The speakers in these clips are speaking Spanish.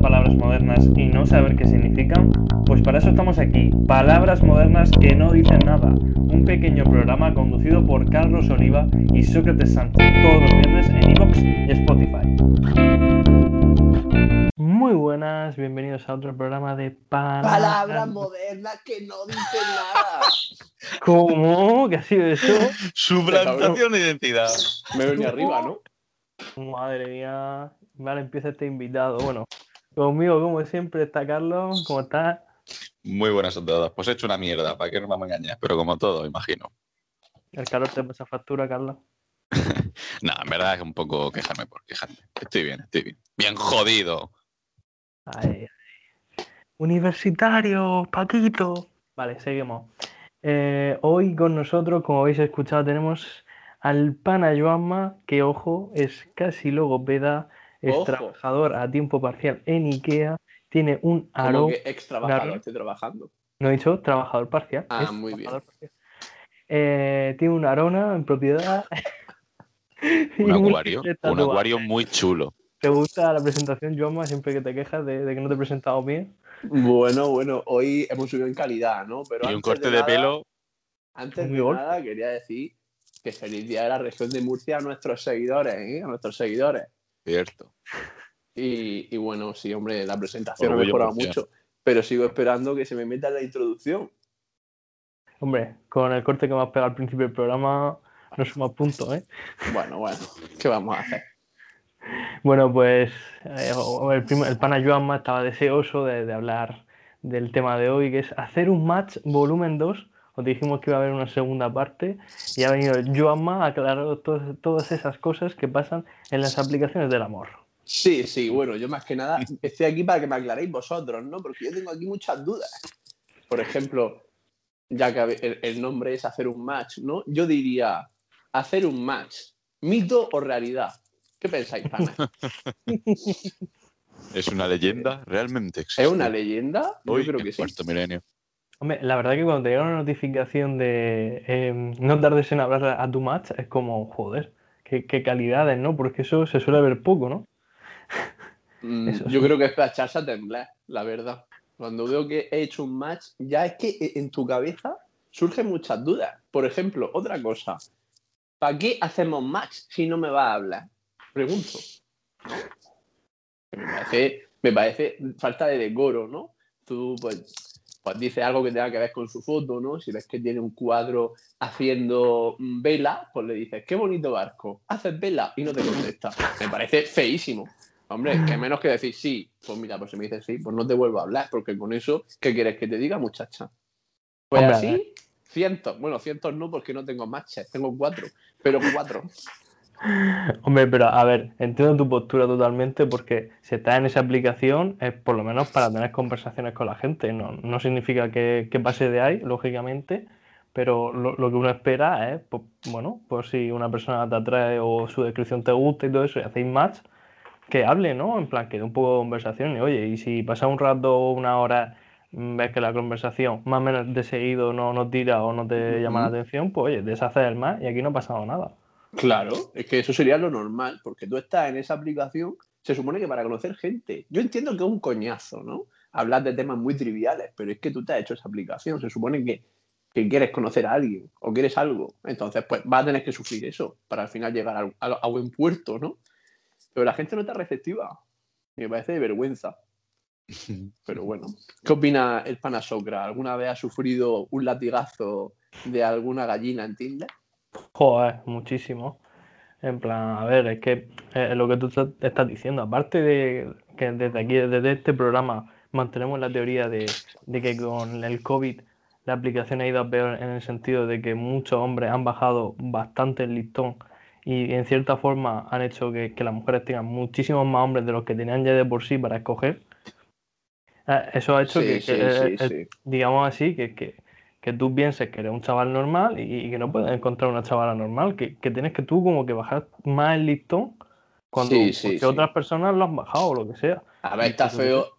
palabras modernas y no saber qué significan? Pues para eso estamos aquí, Palabras Modernas que no dicen nada, un pequeño programa conducido por Carlos Oliva y Sócrates Sánchez, todos los viernes en iVoox y Spotify. Muy buenas, bienvenidos a otro programa de Palabras Modernas que no dicen nada. ¿Cómo? ¿Qué ha sido eso? Suplantación de identidad. Me venía arriba, ¿no? Madre mía. Vale, empieza este invitado. Bueno, conmigo, como siempre, está Carlos. ¿Cómo estás? Muy buenas a todas. Pues he hecho una mierda, para que no me engañes, pero como todo, imagino. El calor te pasa factura, Carlos. Nada, en verdad es un poco quejarme por quejarme. Estoy bien. Bien jodido. Ay. Universitario, Paquito. Vale, seguimos. Hoy con nosotros, como habéis escuchado, tenemos al pana Joanma, que, ojo, es casi logopeda, es trabajador a tiempo parcial en IKEA, tiene un aroma. Como que ex trabajador, estoy trabajando. No he dicho trabajador parcial. Ah, muy bien. Parcial. Tiene una arona en propiedad. Un acuario muy chulo. ¿Te gusta la presentación, Joanma, siempre que te quejas de que no te he presentado bien? Bueno, hoy hemos subido en calidad, ¿no? Pero y un corte de pelo. Antes de nada, quería decir que feliz día de la región de Murcia a nuestros seguidores, ¿eh? A nuestros seguidores. Cierto. Y bueno, sí, hombre, la presentación ha mejorado mucho, pero sigo esperando que se me meta en la introducción. Hombre, con el corte que me has pegado al principio del programa, no suma puntos, ¿eh? Bueno, ¿qué vamos a hacer? Bueno, pues el pana Joanma estaba deseoso de hablar del tema de hoy, que es hacer un match volumen 2. Os dijimos que iba a haber una segunda parte y ha venido Joanma a aclarar todas esas cosas que pasan en las aplicaciones del amor. Sí, bueno, yo más que nada estoy aquí para que me aclaréis vosotros, ¿no? Porque yo tengo aquí muchas dudas. Por ejemplo, ya que el nombre es hacer un match, ¿no? Yo diría, hacer un match, ¿mito o realidad? ¿Qué pensáis, pana? ¿Es una leyenda? ¿Realmente existe? ¿Es una leyenda? Yo creo que sí. Cuarto milenio. Hombre, la verdad que cuando te llega una notificación de no tardes en hablar a tu match, es como, joder, qué calidades, ¿no? Porque eso se suele ver poco, ¿no? Yo creo que es para echarse a temblar, la verdad. Cuando veo que he hecho un match, ya es que en tu cabeza surgen muchas dudas. Por ejemplo, otra cosa. ¿Para qué hacemos match si no me va a hablar? Pregunto. ¿No? Me parece falta de decoro, ¿no? Tú, pues dices algo que tenga que ver con su foto, ¿no? Si ves que tiene un cuadro haciendo vela, pues le dices, qué bonito barco, haces vela y no te contesta. Me parece feísimo. Hombre, que menos que decir sí. Pues mira, pues si me dices sí, pues no te vuelvo a hablar, porque con eso, ¿qué quieres que te diga, muchacha? Pues hombre, así, cientos. Bueno, cientos no, porque no tengo matches, tengo 4, pero 4. Hombre, pero a ver, entiendo tu postura totalmente, porque si estás en esa aplicación es por lo menos para tener conversaciones con la gente. No significa que pase de ahí, lógicamente, pero lo que uno espera es, pues, bueno, pues si una persona te atrae o su descripción te gusta y todo eso y hacéis match, que hable, ¿no? En plan, que dé un poco de conversación y oye, y si pasa un rato o una hora, ves que la conversación más o menos de seguido no tira o no te llama la atención, pues oye, deshaces el match y aquí no ha pasado nada. Claro, es que eso sería lo normal, porque tú estás en esa aplicación, se supone que para conocer gente. Yo entiendo que es un coñazo, ¿no? Hablar de temas muy triviales, pero es que tú te has hecho esa aplicación, se supone que quieres conocer a alguien o quieres algo. Entonces, pues vas a tener que sufrir eso para al final llegar a buen puerto, ¿no? Pero la gente no está receptiva. Me parece de vergüenza. Pero bueno, ¿qué opina el pana Socra? ¿Alguna vez ha sufrido un latigazo de alguna gallina en Tinder? Joder, muchísimo. En plan, a ver, es que lo que tú estás diciendo, aparte de que desde aquí, desde este programa, mantenemos la teoría de que con el COVID la aplicación ha ido a peor en el sentido de que muchos hombres han bajado bastante el listón y en cierta forma han hecho que las mujeres tengan muchísimos más hombres de los que tenían ya de por sí para escoger. Eso ha hecho digamos así, que tú pienses que eres un chaval normal y que no puedes encontrar una chavala normal, que tienes que tú como que bajar más el listón cuando otras personas lo han bajado o lo que sea. A ver, está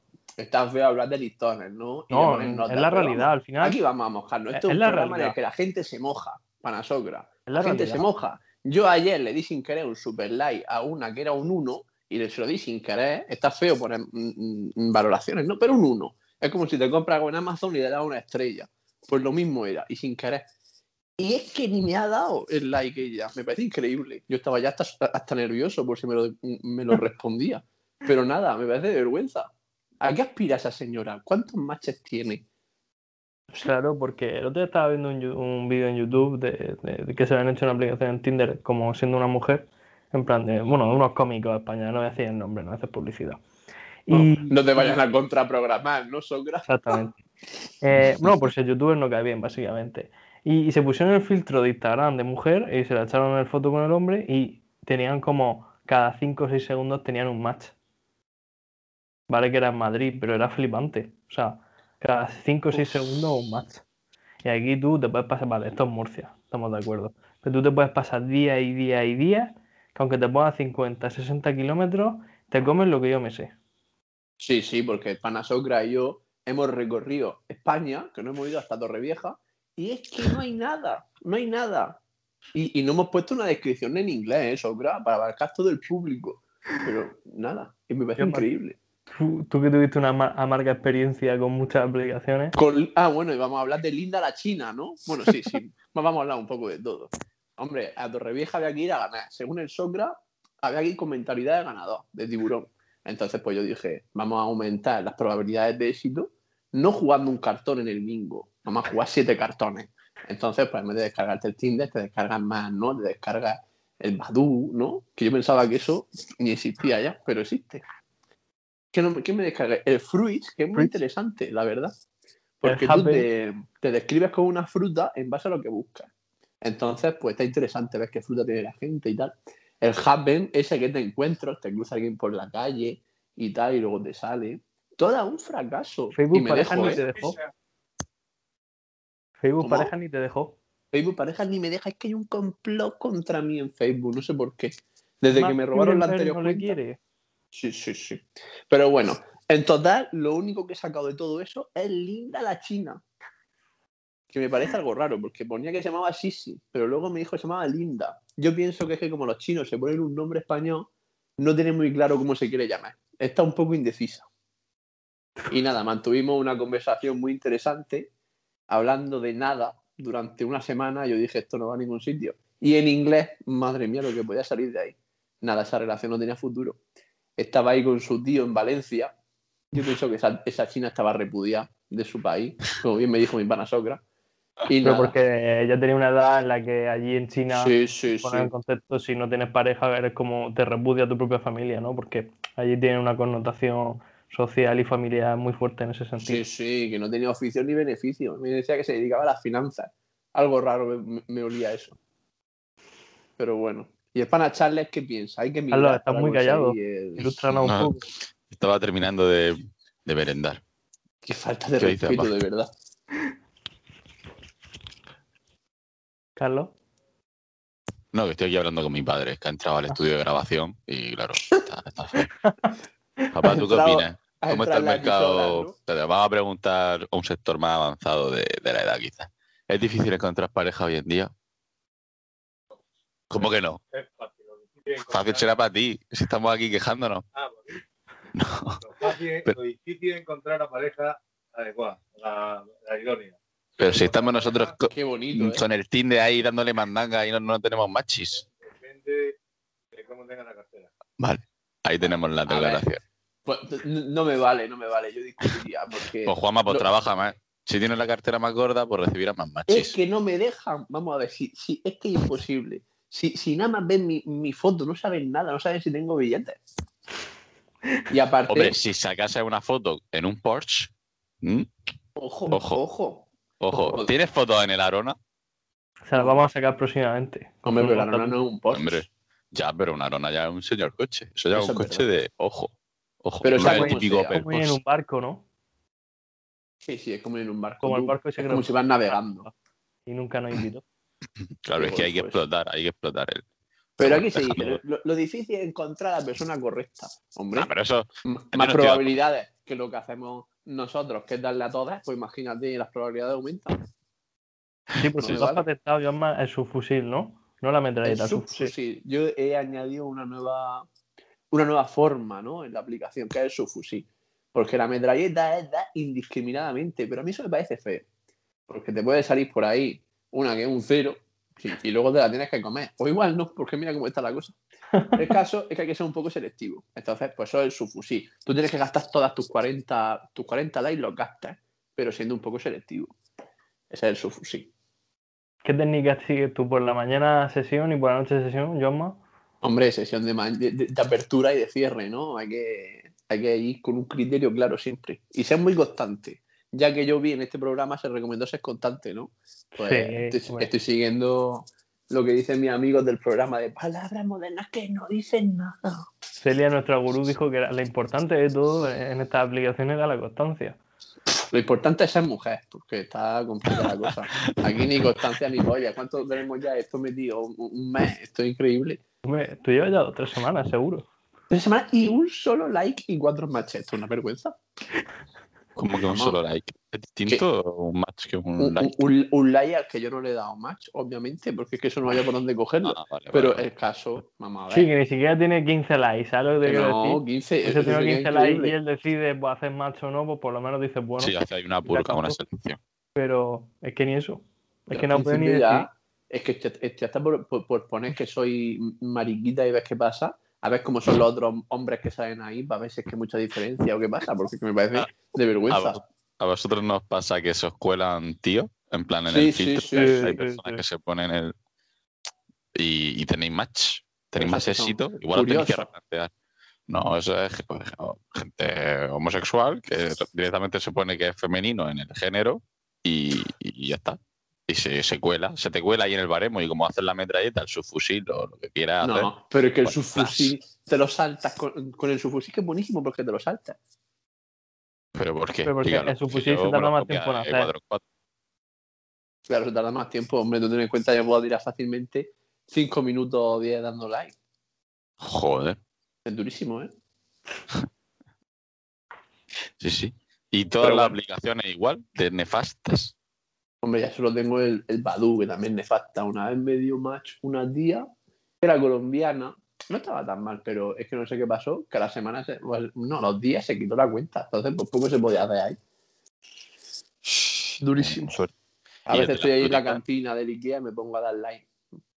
feo hablar de listones, ¿no? Y de poner notas, es la realidad, al final. Aquí vamos a mojarnos. Esto es un programa en el que la gente se moja, pana Socra. La gente se moja. Yo ayer le di sin querer un super like a una que era un 1 y se lo di sin querer. Está feo poner valoraciones, ¿no? Pero un 1. Es como si te compras algo en Amazon y le das una estrella. Pues lo mismo era, y sin querer. Y es que ni me ha dado el like ella. Me parece increíble. Yo estaba ya hasta nervioso por si me lo respondía. Pero nada, me parece de vergüenza. ¿A qué aspira esa señora? ¿Cuántos matches tiene? Claro, porque el otro día estaba viendo un vídeo en YouTube de que se habían hecho una aplicación en Tinder como siendo una mujer, en plan de, bueno, de unos cómicos españoles, no voy a decir el nombre, no voy a hacer publicidad. No te vayan a contraprogramar, ¿no, Sogra? Exactamente. No, por si el youtuber no cae bien, básicamente. Y se pusieron el filtro de Instagram de mujer y se la echaron en foto con el hombre y tenían como cada 5 o 6 segundos tenían un match. Vale que era en Madrid, pero era flipante. O sea, cada 5 o 6 segundos un match. Y aquí tú te puedes pasar, vale, esto es Murcia, estamos de acuerdo. Pero tú te puedes pasar día y día y día, que aunque te pongas 50, 60 kilómetros, te comes lo que yo me sé. Sí, porque Pana Sogra y yo hemos recorrido España, que no hemos ido hasta Torrevieja, y es que no hay nada, no hay nada. Y no hemos puesto una descripción en inglés, Sogra, para abarcar todo el público. Pero nada, y me parece increíble. Tú que tuviste una amarga experiencia con muchas aplicaciones. Bueno, y vamos a hablar de Linda la China, ¿no? Bueno, sí. Vamos a hablar un poco de todo. Hombre, a Torrevieja había que ir a ganar. Según el Sogra, había que ir con mentalidad de ganador, de tiburón. Entonces, pues yo dije, vamos a aumentar las probabilidades de éxito, no jugando un cartón en el bingo, vamos a jugar 7 cartones. Entonces, pues en vez de descargarte el Tinder, te descargas más, ¿no? Te descargas el Badoo, ¿no? Que yo pensaba que eso ni existía ya, pero existe. ¿Qué me descargué? El Fruits, que es muy interesante, la verdad. Porque tú te describes con una fruta en base a lo que buscas. Entonces, pues está interesante ver qué fruta tiene la gente y tal. El Happen, ese que te encuentras, te cruza alguien por la calle y tal, y luego te sale. Todo un fracaso. Facebook Y me pareja dejo, ni te dejó. Facebook ¿Cómo? pareja ni te dejó. Facebook pareja ni me deja. Es que hay un complot contra mí en Facebook, no sé por qué. Desde que me robaron la anterior cuenta. Sí. Pero bueno, en total, lo único que he sacado de todo eso es Linda la China. Que me parece algo raro, porque ponía que se llamaba Sisi, pero luego me dijo que se llamaba Linda. Yo pienso que es que como los chinos se ponen un nombre español, no tienen muy claro cómo se quiere llamar. Está un poco indecisa. Y nada, mantuvimos una conversación muy interesante, hablando de nada durante una semana. Yo dije, esto no va a ningún sitio. Y en inglés, madre mía, lo que podía salir de ahí. Nada, esa relación no tenía futuro. Estaba ahí con su tío en Valencia. Yo pienso que esa china estaba repudiada de su país, como bien me dijo mi pana Socra. Y pero nada. porque ella tenía una edad en la que allí en China, Sí. poner en contexto, si no tienes pareja, eres como te repudia tu propia familia, ¿no? Porque allí tiene una connotación social y familiar muy fuerte en ese sentido. Sí, que no tenía oficio ni beneficio. Me decía que se dedicaba a las finanzas. Algo raro me olía eso. Pero bueno. Y el pana Charles, ¿qué piensa? Hay que Carlos, migrar estás para muy callado. conseguir Ilústranos un poco. Estaba terminando de merendar. Qué falta de ¿Qué dices, respeto, papá? de verdad. Carlos. No, que estoy aquí hablando con mi padre, que ha entrado al estudio de grabación y claro, está feo. Papá, ¿tú qué opinas? ¿Cómo está el mercado? ¿no? Te vamos a preguntar a un sector más avanzado de la edad, quizás. ¿Es difícil encontrar pareja hoy en día? ¿Cómo que no? Es fácil. Fácil será para ti, si estamos aquí quejándonos. No. No. Lo difícil es encontrar la pareja adecuada, la idónea. Pero si estamos nosotros Qué bonito, con el Tinder ahí dándole mandanga y no tenemos machis. Depende de cómo tenga la cartera. Vale, ahí tenemos la declaración. Pues, no me vale. Yo discutiría porque... Pues Juanma, pues trabaja más. Si tienes la cartera más gorda, pues recibirás más machis. Es que no me dejan. Vamos a ver, si es que es imposible. Si nada más ven mi foto, no saben nada, no saben si tengo billetes. Y aparte... Hombre, si sacase una foto en un Porsche... Ojo. ¿Tienes fotos en el Arona? Se las vamos a sacar próximamente. Hombre, pero el Arona no es un Porsche. Hombre, ya, pero un Arona ya es un señor coche. Eso ya es un coche de... Ojo. Pero no es el típico Opel. Como en un barco, ¿no? Sí, es como en un barco. Como el barco es como si vas navegando. Y nunca nos invitó. Claro, es que hay que explotar el... Pero aquí se dice, lo difícil es encontrar a la persona correcta, hombre. Pero eso... Más probabilidades que lo que hacemos nosotros, que es darle a todas, pues imagínate, las probabilidades aumentan. Sí, porque tú has patentado ya más el subfusil, ¿no? No la metralleta, el subfusil. Yo he añadido una nueva una nueva forma, ¿no? En la aplicación, que es el subfusil. Porque la metralleta es dar indiscriminadamente, pero a mí eso me parece feo. Porque te puede salir por ahí una que es un 0 y luego te la tienes que comer. O igual no, porque mira cómo está la cosa. El caso es que hay que ser un poco selectivo. Entonces, pues eso es el subfusil. Tú tienes que gastar todas tus 40 likes, los gastas, pero siendo un poco selectivo. Ese es el subfusil. ¿Qué técnica sigues tú? ¿Por la mañana sesión y por la noche sesión, Josma? Hombre, sesión de apertura y de cierre, ¿no? Hay que ir con un criterio claro siempre. Y ser muy constante. Ya que yo vi en este programa se recomendó ser constante, ¿no? Pues Sí, estoy siguiendo lo que dicen mis amigos del programa de palabras modernas que no dicen nada. Celia, nuestra gurú, dijo que lo importante de todo en estas aplicaciones era la constancia. Lo importante es ser mujer, porque está complicada la cosa. Aquí ni constancia ni polla. ¿Cuánto tenemos ya esto metido? Un mes. Esto es increíble. Hombre, tú llevas ya 2 o 3 semanas, seguro. 3 semanas y un solo like y 4 matches. Esto es una vergüenza. ¿Cómo que un solo like? ¿Es distinto un match que un like? Un like al que yo no le he dado match, obviamente, porque es que eso no haya por dónde cogerlo. Vale, pero vale. el caso, vamos a ver. Sí, que ni siquiera tiene 15 likes, ¿sabes lo que te quiero decir? 15. Ese tiene 15 likes y Increíble. él decide pues, hacer match o no, pues por lo menos dice, bueno. Sí, hace ahí una purga, una selección. Pero es que ni eso. Es Yo que al no puedo ni principio decir. es que ya está por poner que soy mariquita y ves qué pasa. A ver cómo son los otros hombres que salen ahí, para ver si es que hay mucha diferencia o qué pasa, porque es que me parece de vergüenza. ¿A vosotros nos pasa que se os cuelan tío? En plan, en Sí, el filtro. sí, Hay sí. personas que se ponen el... Y tenéis match. Pero Tenéis más esos son éxito. Igual os tenéis que curiosos. replantear. No, eso es por ejemplo, gente homosexual que directamente se pone que es femenino en el género y ya está. Y se cuela, se te cuela ahí en el baremo y como haces la metralleta, el subfusil o lo que quieras hacer. No, pero es que el pues, subfusil te lo saltas con el subfusil, que es buenísimo porque te lo saltas. ¿Pero por qué? Pero porque Dígalo, en su que fusil yo se me tarda lo más copia tiempo en de hacer. 4 en 4. Claro, se tarda más tiempo. Hombre, tú ten en cuenta, yo puedo tirar fácilmente 5 minutos o 10 dando like. Joder. Es durísimo, ¿eh? Sí, sí. Y todas Pero las bueno. aplicaciones igual, de nefastas. Hombre, ya solo tengo el Badoo, que también nefasta. Una vez me dio match una tía, que era colombiana. No estaba tan mal, pero es que no sé qué pasó, que a la semana, los días se quitó la cuenta. Entonces, pues poco se podía hacer ahí. Durísimo. Suerte. A Y el veces de estoy las ahí en la fruticas, cantina del Ikea y me pongo a dar like.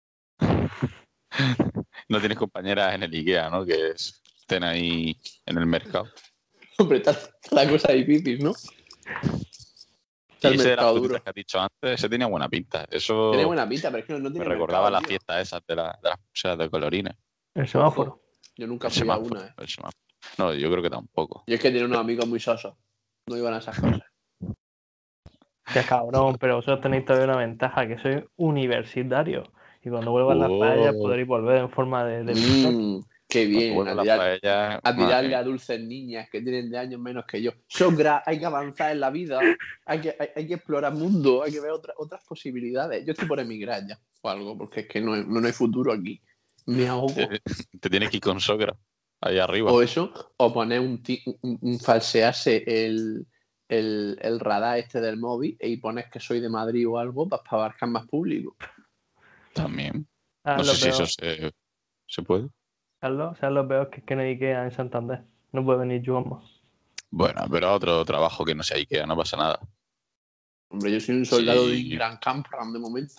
no tienes compañeras en el IKEA, ¿no? Que estén ahí en el mercado. Hombre, está la cosa difícil, ¿no? Está Y el ese de las mercado frutitas duro. que has dicho antes, ese tenía buena pinta. Tiene Eso buena pinta, pero es que no me tiene recordaba mercado, las tío. fiestas esas de las pulseras de colorines. El semáforo. Ojo, yo nunca El fui a semáforo, una, ¿eh? el semáforo. No, yo creo que tampoco. Y es que tiene unos amigos muy sosos. No iban a esas cosas. Ya cabrón, pero vosotros tenéis todavía una ventaja, que sois universitarios. Y cuando vuelvan las paellas podréis volver en forma de Qué bien. Cuando vuelva la paella, A madre tirarle mía. a dulces niñas que tienen de años menos que yo. Hay que avanzar en la vida. Hay que explorar mundo. Hay que ver otras posibilidades. Yo estoy por emigrar ya o algo, porque es que no hay futuro aquí. Me ahogo. Te tienes que ir con sogra ahí arriba. O eso, o poner un falsearse el radar este del móvil y pones que soy de Madrid o algo para abarcar más público. También. Ah, No sé lo si peor, eso se puede. Carlos, o sea, lo peor que en Ikea en Santander. No puede venir Juanma. Bueno, pero otro trabajo que no sea IKEA, no pasa nada. Hombre, yo soy un soldado de Sí. Gran Campran de momento.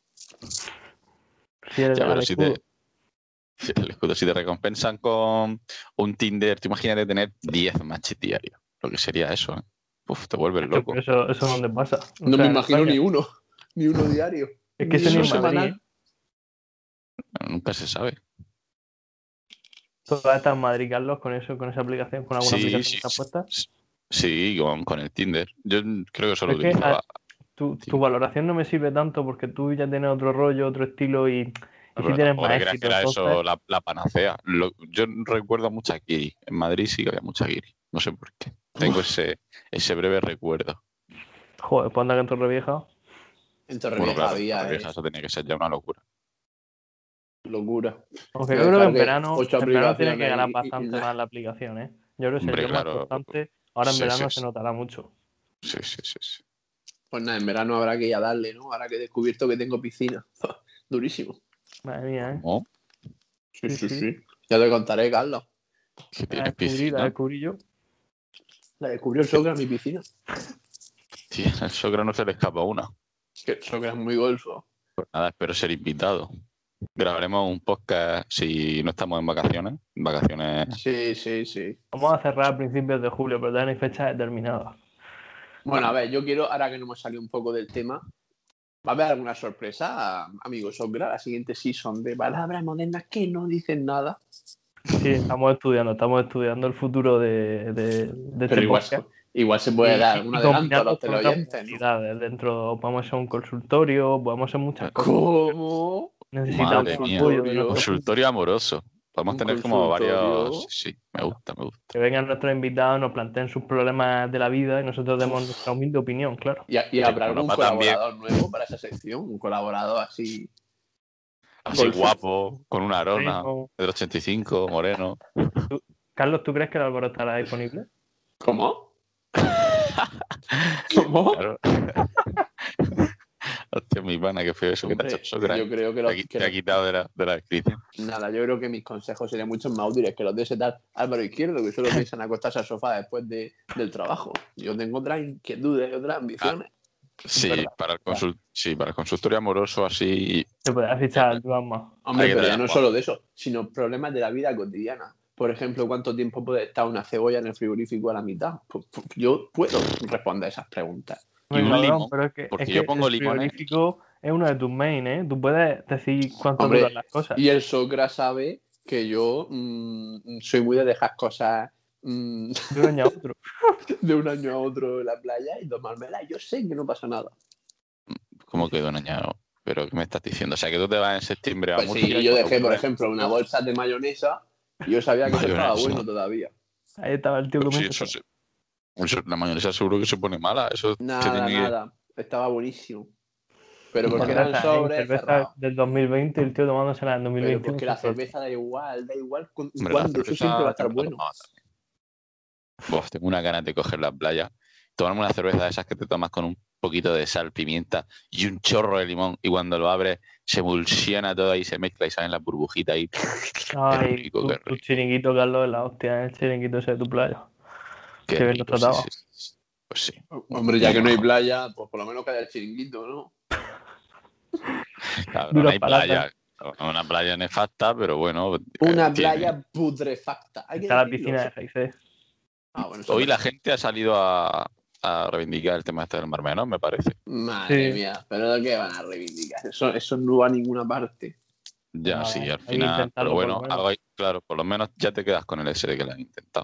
Si eres Ya, pero al escudo. si te recompensan con un Tinder, tú imagínate tener 10 matches diarios. Lo que sería eso, ¿eh? Uf, te vuelves loco. Eso es donde pasa. O No sea, me en imagino España. ni uno diario. Es que Ni eso ni uno en Madrid, semanal. Nunca se sabe. Toda está en Madrid, Carlos, con esa aplicación, con alguna aplicación que está puesta. Sí, con el Tinder. Yo creo que solo Es que utilizaba. tu valoración no me sirve tanto porque tú ya tienes otro rollo, otro estilo y sí Pero tienes tampoco más te creas que éxito. era Entonces, eso la panacea. Yo recuerdo mucha Kiri. En Madrid sí que había mucha Kiri. No sé por qué. Tengo ese breve recuerdo. joder, pues anda que en Torrevieja. En Bueno, Torrevieja claro, había, Torrevieja, eso tenía que ser ya una locura. locura. Aunque Me yo creo que descargué 8 en verano tiene que aplicaciones ganar y bastante nada. más la aplicación, ¿eh? Yo creo que Hombre, sería más claro. constante. Ahora en Sí, verano sí, se notará mucho. sí. Pues nada, en verano habrá que ir a darle, ¿no? Ahora que he descubierto que tengo piscina. Durísimo. Madre mía, ¿eh? ¿Cómo? Sí. Ya te contaré, Carlos. Que La tienes descubrí, la piscina. descubrí yo. La descubrió el Socra en mi piscina. Tío, al Socra no se le escapa una. Que el Socra es muy golfo. Pues nada, espero ser invitado. Grabaremos un podcast si no estamos en vacaciones. Sí. Vamos a cerrar a principios de julio, pero todavía no hay fecha determinada. Bueno, a ver, yo quiero, ahora que nos hemos salido un poco del tema, ¿va a haber alguna sorpresa, amigo Socra, la siguiente season de palabras modernas que no dicen nada? Sí, estamos estudiando el futuro de Pero este igual, podcast. igual se puede dar algún adelanto a los combinarlo con otras teleoyentes, ¿no? modalidades. Dentro podemos hacer un consultorio, podemos hacer muchas cosas. ¿Cómo? Necesitamos Madre mía. apoyo de nuestro Consultorio amoroso. Podemos Un tener como consultorio. varios. Sí, me gusta. que vengan nuestros invitados, nos planteen sus problemas de la vida y nosotros demos nuestra humilde opinión, claro. Y habrá como algún nos va tan bien. colaborador nuevo para esa sección, un colaborador así. Así Golfo. guapo, con una arona, Primo. del 85, moreno. Carlos, ¿tú crees que el Álvaro estará disponible? ¿Cómo? ¿Cómo? Claro. Hostia, mi pana, que feo eso que te ha Hombre, hecho Socra. yo creo que Te ha quitado de la descripción. Nada, yo creo que mis consejos serían mucho más útiles que los de ese tal Álvaro Izquierdo, que solo piensan acostarse al sofá después del trabajo. Yo tengo otras inquietudes y otras ambiciones. Sí, verdad. para el consultorio amoroso así. Se puede fichar al Juanma. Hombre, Hay que pero ya tener no agua. solo de eso, sino problemas de la vida cotidiana. Por ejemplo, ¿cuánto tiempo puede estar una cebolla en el frigorífico a la mitad? Pues yo puedo responder esas preguntas. Y un Cabrón, limón, pero es porque que yo pongo el limones. frigorífico es uno de tus main, ¿eh? Tú puedes decir cuánto Hombre, duran las cosas. Y el Socra sabe que yo soy muy de dejar cosas De un año a otro. de un año a otro en la playa y tomármela. Yo sé que no pasa nada. ¿Cómo quedó un año? ¿Pero qué me estás diciendo? O sea, que tú te vas en septiembre a Pues Murcia. sí, y yo cuando dejé, por vuelves- ejemplo, una bolsa de mayonesa y yo sabía que eso estaba Mayonesa. bueno todavía. Ahí estaba el tío Pero sí, comiendo. la mayonesa seguro que se pone mala. Eso se Nada, tiene que- nada. Estaba buenísimo. Pero porque Vale. eran sobres cerveza cerrados. del 2020 y el tío tomándosela en Pero 2021. porque la cerveza da igual Hombre, cuándo, la eso siempre va a cerveza estar yo me la bueno. tomaba también. Buah, tengo una ganas de coger la playa, tomarme una cerveza de esas que te tomas con un poquito de sal, pimienta y un chorro de limón, y cuando lo abres se emulsiona todo ahí, se mezcla y salen las burbujitas ahí. Ay, rico, tu, qué tu rico. chiringuito, Carlos, es la hostia, el chiringuito ese de tu playa. Qué Qué bien nos rico, sí, trataba. sí. Pues sí. Hombre, ya que no hay playa, pues por lo menos que haya el chiringuito, ¿no? Claro, no Duras hay palatas. playa. Una playa nefasta, pero bueno. Una tiene. playa putrefacta. Hay que Está la decirlo. piscina de 6C. Ah, bueno, eso Hoy es la verdad. gente ha salido a reivindicar el tema este del Mar Menor, me parece. Madre Sí. mía, pero ¿de qué van a reivindicar? Eso no va a ninguna parte. Ya, Nada, sí, al hay que final. intentarlo, Pero por bueno, lo menos. claro, por lo menos ya te quedas con el ese de que lo han intentado.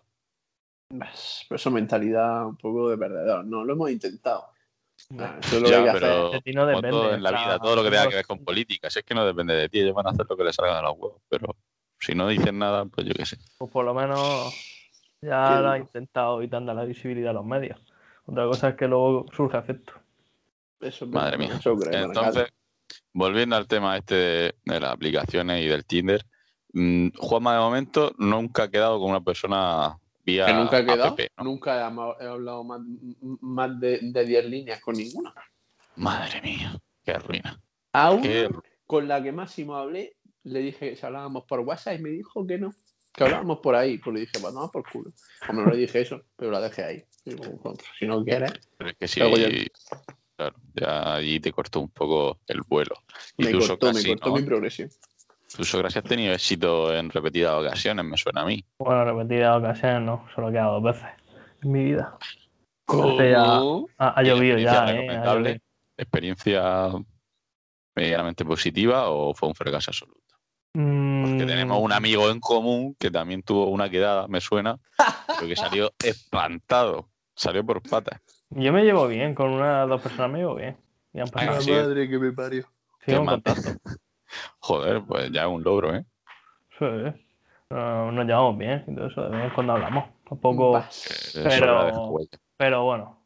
Pero eso mentalidad un poco de perdedor. No, lo hemos intentado. Eso es lo que Ya, hay que pero hacer. De ti no como depende, todo en la o sea, vida, todo lo que tenga no- que ver con política, si es que no depende de ti, ellos van a hacer lo que les salga de los huevos, pero si no dicen nada, pues yo qué sé. Pues por lo menos Qué ya lo has duro. intentado y te han dado la visibilidad a los medios. Otra cosa es que luego surja efecto. Eso es Madre verdad, mía. eso creo, Entonces, volviendo al tema este de las aplicaciones y del Tinder, Juanma de momento nunca ha quedado con una persona vía que nunca he quedado, app, ¿no? nunca he hablado más de 10 líneas con ninguna. Madre mía, qué ruina. A una, Qué con la que máximo hablé, le dije que si hablábamos por WhatsApp y me dijo que no, que hablábamos por ahí. Pues le dije, pues no, por culo. Hombre, no le dije eso, pero la dejé ahí. Digo, pues, si no quieres, Pero es que sí, Luego ya- claro, ya allí te cortó un poco el vuelo. Y me tú, cortó Socra, sí, ¿no? mi progresión. Tú, Socra, sí has tenido éxito en repetidas ocasiones, me suena a mí. Bueno, repetidas ocasiones no, solo he quedado 2 veces en mi vida. ¿Cómo? Hace ya- Ha ¿Y llovido experiencia ya, Ha recomendable? llovido. ¿Experiencia medianamente positiva o fue un fracaso absoluto? Porque tenemos un amigo en común que también tuvo una quedada, me suena, pero que salió espantado, salió por patas. Yo me llevo bien, con una o dos personas me llevo bien. Y han pasado. Ah, La sí. madre que me parió. Sigo en mal. contacto. Joder, pues ya es un logro, ¿eh? Sí. Nos llevamos bien y todo eso, de vez en cuando hablamos. Tampoco. Vas. Socra deja huella. Pero bueno,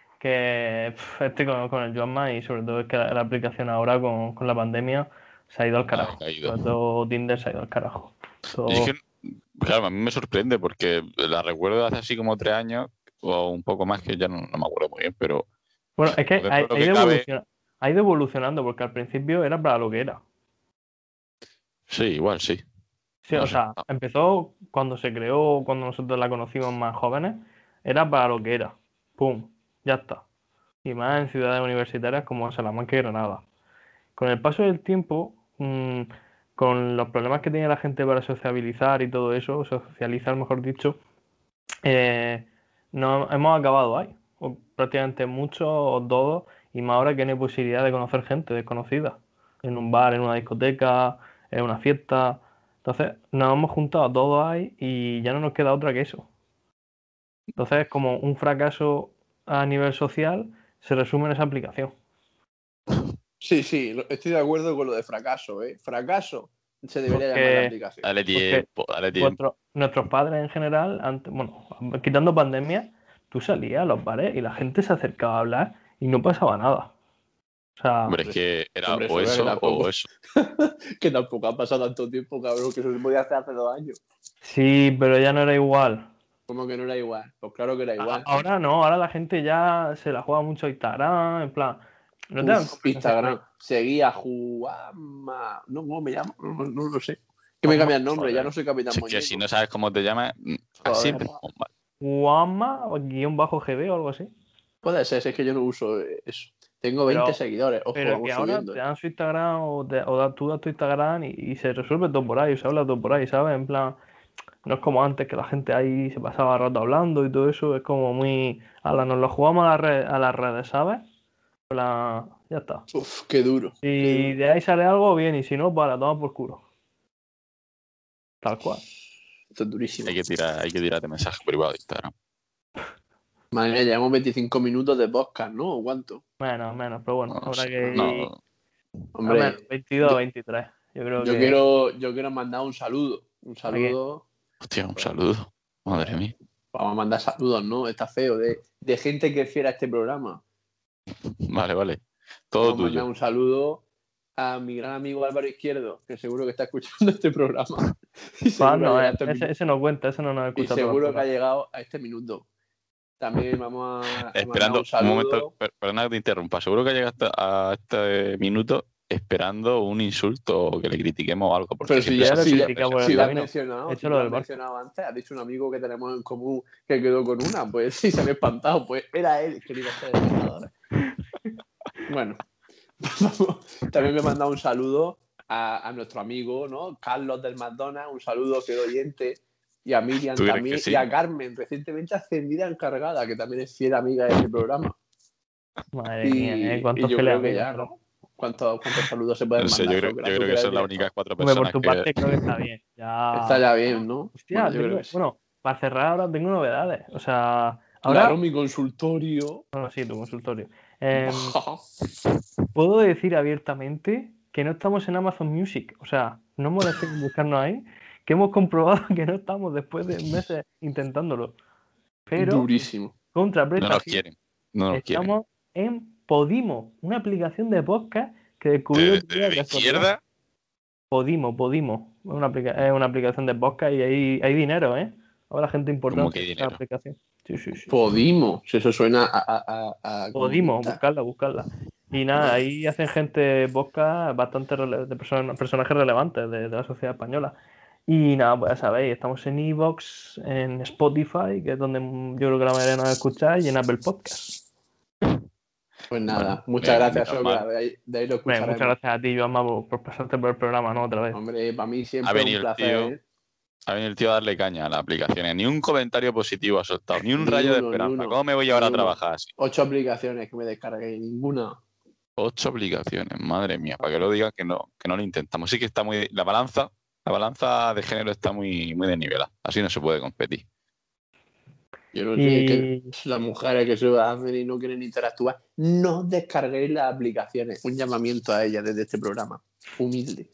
que estoy con el Joanma y sobre todo es que la aplicación ahora con la pandemia se ha ido al carajo. caído. Sobre todo Tinder se ha ido al carajo. Todo- Y es que, claro, a mí me sorprende porque la recuerdo de hace así como 3 años o un poco más, que ya no me acuerdo muy bien, pero Bueno, es que dentro ha de lo que ido cabe- ha ido evolucionando porque al principio era para lo que era. sí, igual sí. Sí, No o sé. sea, empezó cuando se creó, cuando nosotros la conocimos más jóvenes, era para lo que era. ¡Pum! Ya está. Y más en ciudades universitarias como Salamanca y Granada. Con el paso del tiempo, con los problemas que tiene la gente para sociabilizar y todo eso, socializar mejor dicho, eh, no, hemos acabado ahí. O prácticamente muchos o todos, y más ahora que no hay posibilidad de conocer gente desconocida. En un bar, en una discoteca, en una fiesta. Entonces, nos hemos juntado todos ahí y ya no nos queda otra que eso. Entonces, como un fracaso a nivel social, se resume en esa aplicación. Sí, estoy de acuerdo con lo de fracaso, ¿eh? Fracaso se debería llamar la Porque aplicación. Dale Porque tiempo, dale tiempo. nuestros padres en general, bueno, quitando pandemia, tú salías a los bares y la gente se acercaba a hablar y no pasaba nada. O sea, Hombre, es que era Hombre, o eso que eso tampoco, o eso. que tampoco ha pasado tanto tiempo, cabrón, que eso se podía hacer hace 2 años. sí, pero ya no era igual. Como que no era igual. Pues claro que era igual. Ahora no, ahora la gente ya se la juega mucho a Instagram, en plan, no te dan conversaciones. Instagram. Seguía Juanma. No, ¿cómo me llamo? No lo sé. Que me Juanma, cambia el nombre, ya Joder. no soy Capitán Si es que si Muñeco. no sabes cómo te llamas, así Joder. Juanma, guión bajo GB o algo así. Puede ser, si es que yo no uso eso. Tengo 20 Pero, seguidores, ojo, pero que vamos ahora subiendo. te dan su Instagram tú das tu Instagram y se resuelve todo por ahí, se habla todo por ahí, ¿sabes? En plan, no es como antes que la gente ahí se pasaba rato hablando y todo eso, es como muy... Ala, nos lo jugamos a las redes, ¿sabes? En plan, ya está. Uf, qué duro. Qué Si duro. de ahí sale algo, bien, y si no, para, toma por culo. Tal cual. Esto es durísimo. hay que tirarte mensaje privado de Instagram. Madre mía, llevamos 25 minutos de podcast, ¿no? ¿O cuánto? Menos, pero bueno, No, habrá sé, que ir no, a menos, Hombre, 22 yo, 23. Yo creo yo que quiero, yo quiero mandar un saludo. Un aquí, saludo. hostia, un Pues, saludo. Madre pues, mía. vamos a mandar saludos, ¿no? Está feo. De gente que es fiel a este programa. Vale, vale. Todo Vamos a mandar tuyo. un saludo a mi gran amigo Álvaro Izquierdo, que seguro que está escuchando este programa. Y seguro, no, ha llegado a este ese no cuenta, ese no nos y escucha todo el seguro que ha programa. llegado a este minuto. También vamos a mandar un Esperando, un momento, saludo. perdona que te interrumpa. Seguro que llegaste a este minuto esperando un insulto o que le critiquemos o algo, porque Pero si siempre ya, Ya se lo he hace si ya, siempre criticado se por hace. el si lo has camino. mencionado, si Hecho tú lo lo has del barco. mencionado antes, has dicho un amigo que tenemos en común que quedó con una, pues sí, se había espantado, pues era él que le iba a hacer el Vengadores. Bueno, también me he mandado un saludo a nuestro amigo, ¿no? Carlos del McDonald's, un saludo fiel oyente, y a Miriam ¿Tú crees que también, y sí? a Carmen, recientemente ascendida encargada, que también es fiel amiga de este programa. Madre mía, Y ¿cuántos yo fieles creo que amigos? ya, ¿no? ¿Cuántos saludos se pueden No sé, mandar? Eso, que la yo creo que sociedad son del las únicas director. 4 personas Hombre, por tu que. parte creo que está bien. Está Ya. ya bien, ¿no? Bueno, Hostia, yo creo que sí. bueno, para cerrar ahora tengo novedades. O sea, Claro, ahora, mi consultorio. bueno, sí, tu consultorio. Puedo decir abiertamente que no estamos en Amazon Music. O sea, no molestéis en buscarnos ahí, que hemos comprobado que no estamos después de meses intentándolo. Pero, Durísimo. No nos contraprestación, quieren. No nos quieren. estamos en Podimo, una aplicación de podcast que descubrí el otro día de De casualidad. izquierda, Podimo. Es una aplicación de podcast y hay dinero, ¿eh? Ahora gente como importante que en esa dinero. aplicación. Sí. Podimos. Si eso suena a Podimo, comunista. buscarla. Y nada, ahí hacen gente podcast bastante de personajes relevantes de la sociedad española. Y nada, pues ya sabéis, estamos en Evox, en Spotify, que es donde yo creo que la mayoría nos escucha, y en Apple Podcast. Pues nada, Bueno, muchas gracias, menos Sokra. mal. De ahí lo Bueno, muchas escucharemos. gracias a ti, Joanma, por pasarte por el programa, ¿no? Otra vez. Hombre, para mí Ha siempre es un venido el placer, tío. ¿eh? Ha venido el tío a darle caña a las aplicaciones. Ni un comentario positivo ha soltado, ni un Ni rayo de uno, ni esperanza. uno. ¿Cómo me voy Ni ahora a uno. trabajar así? 8 aplicaciones que me descargué, ninguna. 8 aplicaciones, madre mía, para que lo digan que no lo intentamos. Sí que está muy. La balanza de género está muy desnivelada. Así no se puede competir. Yo no sé, es que Y, las mujeres que se hacen y no quieren interactuar, no descarguéis las aplicaciones. Un llamamiento a ellas desde este programa. Humilde.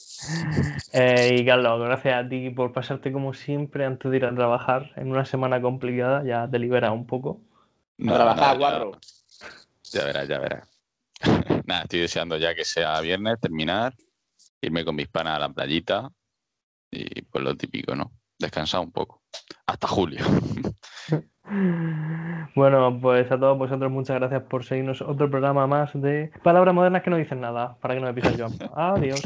y Carlos, gracias a ti por pasarte como siempre antes de ir a trabajar en una semana complicada, ya te liberas un poco. A Nada, trabajar, nada, guarro. ya verás, ya verás. Nada, estoy deseando ya que sea viernes, terminar, irme con mis panas a la playita y pues lo típico, ¿no? Descansar un poco. Hasta julio. Bueno, pues a todos vosotros muchas gracias por seguirnos. Otro programa más de palabras modernas que no dicen nada, para que no me pisen yo. Adiós.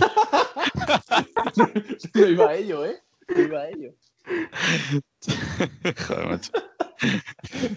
No iba a ello, ¿eh? No iba a ello. Joder, macho.